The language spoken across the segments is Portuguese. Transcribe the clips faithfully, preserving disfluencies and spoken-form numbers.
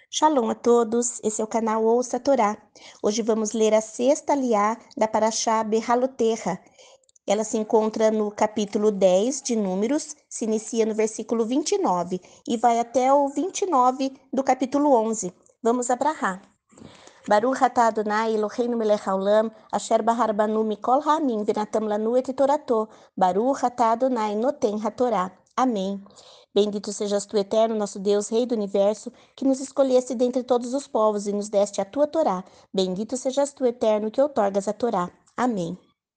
Shalom a todos, esse é o canal Ouça a Torá. Hoje vamos ler a sexta aliá da Parashá Behalotecha. Ela se encontra no capítulo dez de Números, se inicia no versículo vinte e nove e vai até o vinte e nove do capítulo onze. Vamos abrahar. Baruch atah Adonai Eloheinu melech haolam, asher bahar banu mikol ha'amim venatam lanu et torato. Baruch atah Adonai noten hatorá. Amém. Bendito sejas tu, eterno, nosso Deus, Rei do Universo, que nos escolheste dentre todos os povos e nos deste a tua Torá. Bendito sejas tu, eterno, que outorgas a Torá. Amém.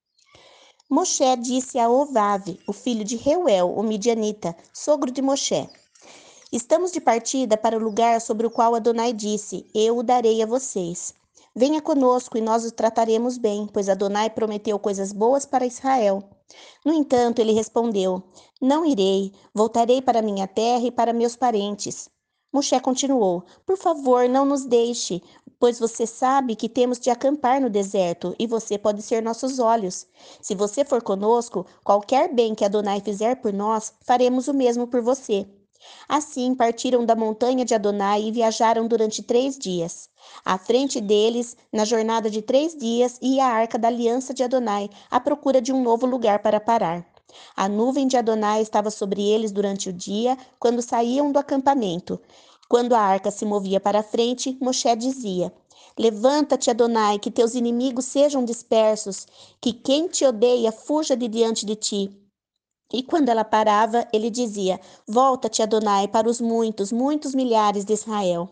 Moshe disse a Ovave, o filho de Reuel, o midianita, sogro de Moshe: Estamos de partida para o lugar sobre o qual Adonai disse: Eu o darei a vocês. Venha conosco e nós o trataremos bem, pois Adonai prometeu coisas boas para Israel. No entanto, ele respondeu: Não irei, voltarei para minha terra e para meus parentes. Moshe continuou: Por favor, não nos deixe, pois você sabe que temos de acampar no deserto e você pode ser nossos olhos. Se você for conosco, qualquer bem que Adonai fizer por nós, faremos o mesmo por você. Assim, partiram da montanha de Adonai e viajaram durante três dias. À frente deles, na jornada de três dias, ia a arca da aliança de Adonai, à procura de um novo lugar para parar. A nuvem de Adonai estava sobre eles durante o dia, quando saíam do acampamento. Quando a arca se movia para frente, Moshe dizia: Levanta-te, Adonai, que teus inimigos sejam dispersos, que quem te odeia fuja de diante de ti. E quando ela parava, ele dizia: Volta-te, Adonai, para os muitos, muitos milhares de Israel.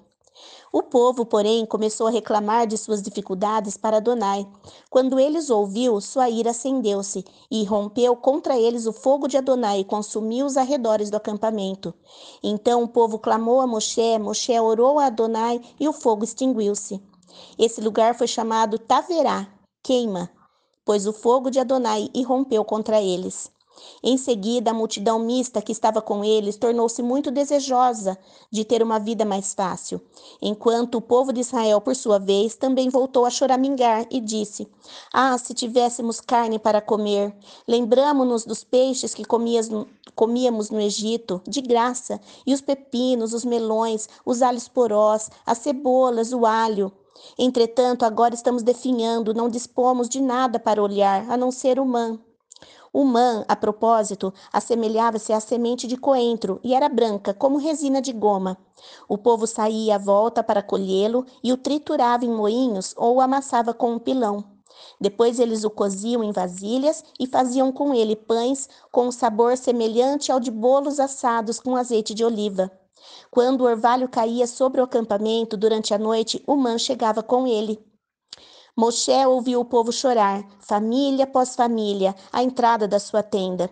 O povo, porém, começou a reclamar de suas dificuldades para Adonai. Quando eles ouviu, sua ira acendeu-se, e rompeu contra eles o fogo de Adonai e consumiu os arredores do acampamento. Então o povo clamou a Moshe, Moshe orou a Adonai e o fogo extinguiu-se. Esse lugar foi chamado Taverá, queima, pois o fogo de Adonai irrompeu contra eles. Em seguida, a multidão mista que estava com eles tornou-se muito desejosa de ter uma vida mais fácil, enquanto o povo de Israel, por sua vez, também voltou a choramingar e disse: Ah, se tivéssemos carne para comer! Lembramo-nos dos peixes que comíamos no Egito, de graça, e os pepinos, os melões, os alhos porós, as cebolas, o alho. Entretanto, agora estamos definhando, não dispomos de nada para olhar, a não ser o mã. O mã, a propósito, assemelhava-se à semente de coentro e era branca, como resina de goma. O povo saía à volta para colhê-lo e o triturava em moinhos ou o amassava com um pilão. Depois eles o coziam em vasilhas e faziam com ele pães com um sabor semelhante ao de bolos assados com azeite de oliva. Quando o orvalho caía sobre o acampamento durante a noite, o mã chegava com ele. Moshe ouviu o povo chorar, família após família, à entrada da sua tenda.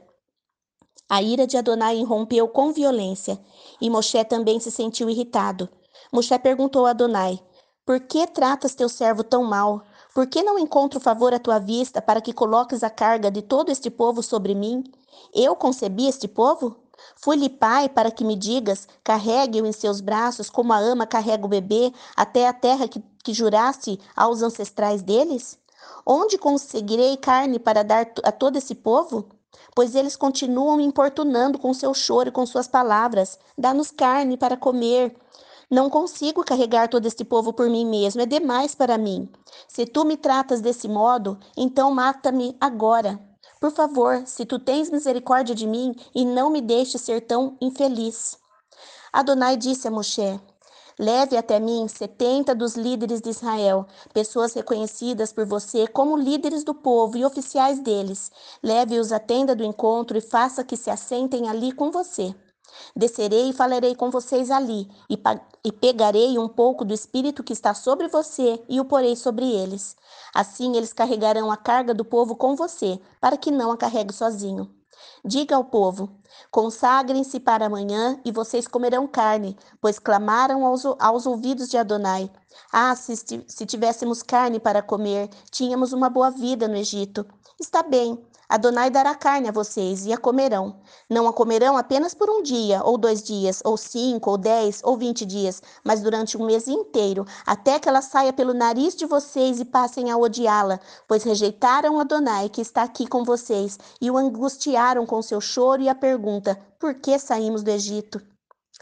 A ira de Adonai irrompeu com violência, e Moshe também se sentiu irritado. Moshe perguntou a Adonai: Por que tratas teu servo tão mal? Por que não encontro favor à tua vista para que coloques a carga de todo este povo sobre mim? Eu concebi este povo? Fui-lhe pai para que me digas: carregue-o em seus braços como a ama carrega o bebê até a terra que, que juraste aos ancestrais deles? Onde conseguirei carne para dar a todo esse povo? Pois eles continuam me importunando com seu choro e com suas palavras. Dá-nos carne para comer. Não consigo carregar todo este povo por mim mesmo, é demais para mim. Se tu me tratas desse modo, então mata-me agora. Por favor, se tu tens misericórdia de mim e não me deixes ser tão infeliz. Adonai disse a Moshe: Leve até mim setenta dos líderes de Israel, pessoas reconhecidas por você como líderes do povo e oficiais deles. Leve-os à tenda do encontro e faça que se assentem ali com você. Descerei e falarei com vocês ali, e, e pegarei um pouco do espírito que está sobre você e o porei sobre eles. Assim eles carregarão a carga do povo com você, para que não a carregue sozinho. Diga ao povo: consagrem-se para amanhã e vocês comerão carne, pois clamaram aos, aos ouvidos de Adonai. Ah, se, se tivéssemos carne para comer, tínhamos uma boa vida no Egito. Está bem, Adonai dará carne a vocês e a comerão. Não a comerão apenas por um dia, ou dois dias, ou cinco, ou dez, ou vinte dias, mas durante um mês inteiro, até que ela saia pelo nariz de vocês e passem a odiá-la, pois rejeitaram Adonai, que está aqui com vocês, e o angustiaram com seu choro e a pergunta: por que saímos do Egito?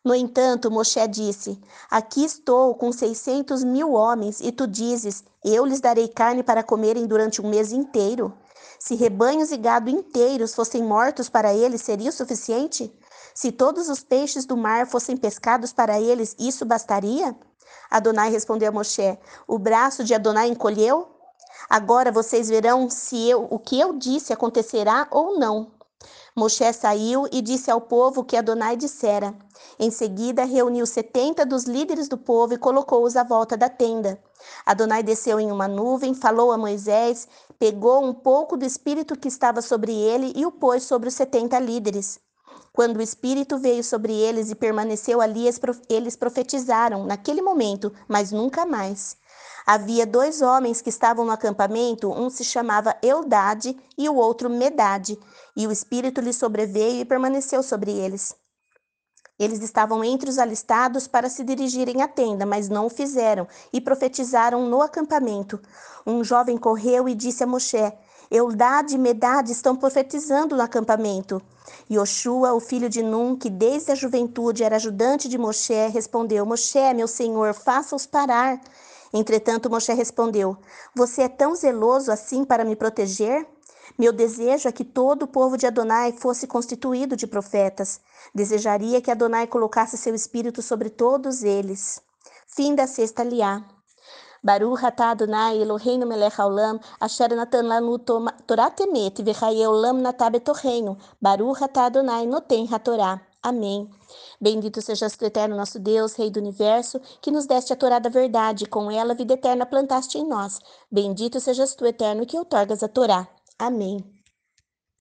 No entanto, Moshe disse: Aqui estou com seiscentos mil homens, e tu dizes: Eu lhes darei carne para comerem durante um mês inteiro. Se rebanhos e gado inteiros fossem mortos para eles, seria o suficiente? Se todos os peixes do mar fossem pescados para eles, isso bastaria? Adonai respondeu a Moshe: O braço de Adonai encolheu? Agora vocês verão se eu, o que eu disse acontecerá ou não. Moshe saiu e disse ao povo o que Adonai dissera. Em seguida, reuniu setenta dos líderes do povo e colocou-os à volta da tenda. Adonai desceu em uma nuvem, falou a Moisés, pegou um pouco do espírito que estava sobre ele e o pôs sobre os setenta líderes. Quando o Espírito veio sobre eles e permaneceu ali, eles profetizaram naquele momento, mas nunca mais. Havia dois homens que estavam no acampamento, um se chamava Eldade e o outro Medade, e o Espírito lhe sobreveio e permaneceu sobre eles. Eles estavam entre os alistados para se dirigirem à tenda, mas não o fizeram, e profetizaram no acampamento. Um jovem correu e disse a Moshe: Eldade e Medade estão profetizando no acampamento. Yoshua, o filho de Nun, que desde a juventude era ajudante de Moshe, respondeu: Moshe, meu senhor, faça-os parar. Entretanto, Moshe respondeu: Você é tão zeloso assim para me proteger? Meu desejo é que todo o povo de Adonai fosse constituído de profetas. Desejaria que Adonai colocasse seu espírito sobre todos eles. Fim da sexta liá. Baruch atah Adonai Eloheinu melech haolam, asher natan lanu Torah temet, v'chayei olam natah betorreinu. Baruch atah Adonai noten hatorá. Amém. Bendito sejas tu, eterno nosso Deus, Rei do Universo, que nos deste a Torá da verdade, com ela a vida eterna plantaste em nós. Bendito sejas tu, eterno, que outorgas a Torá. Amém.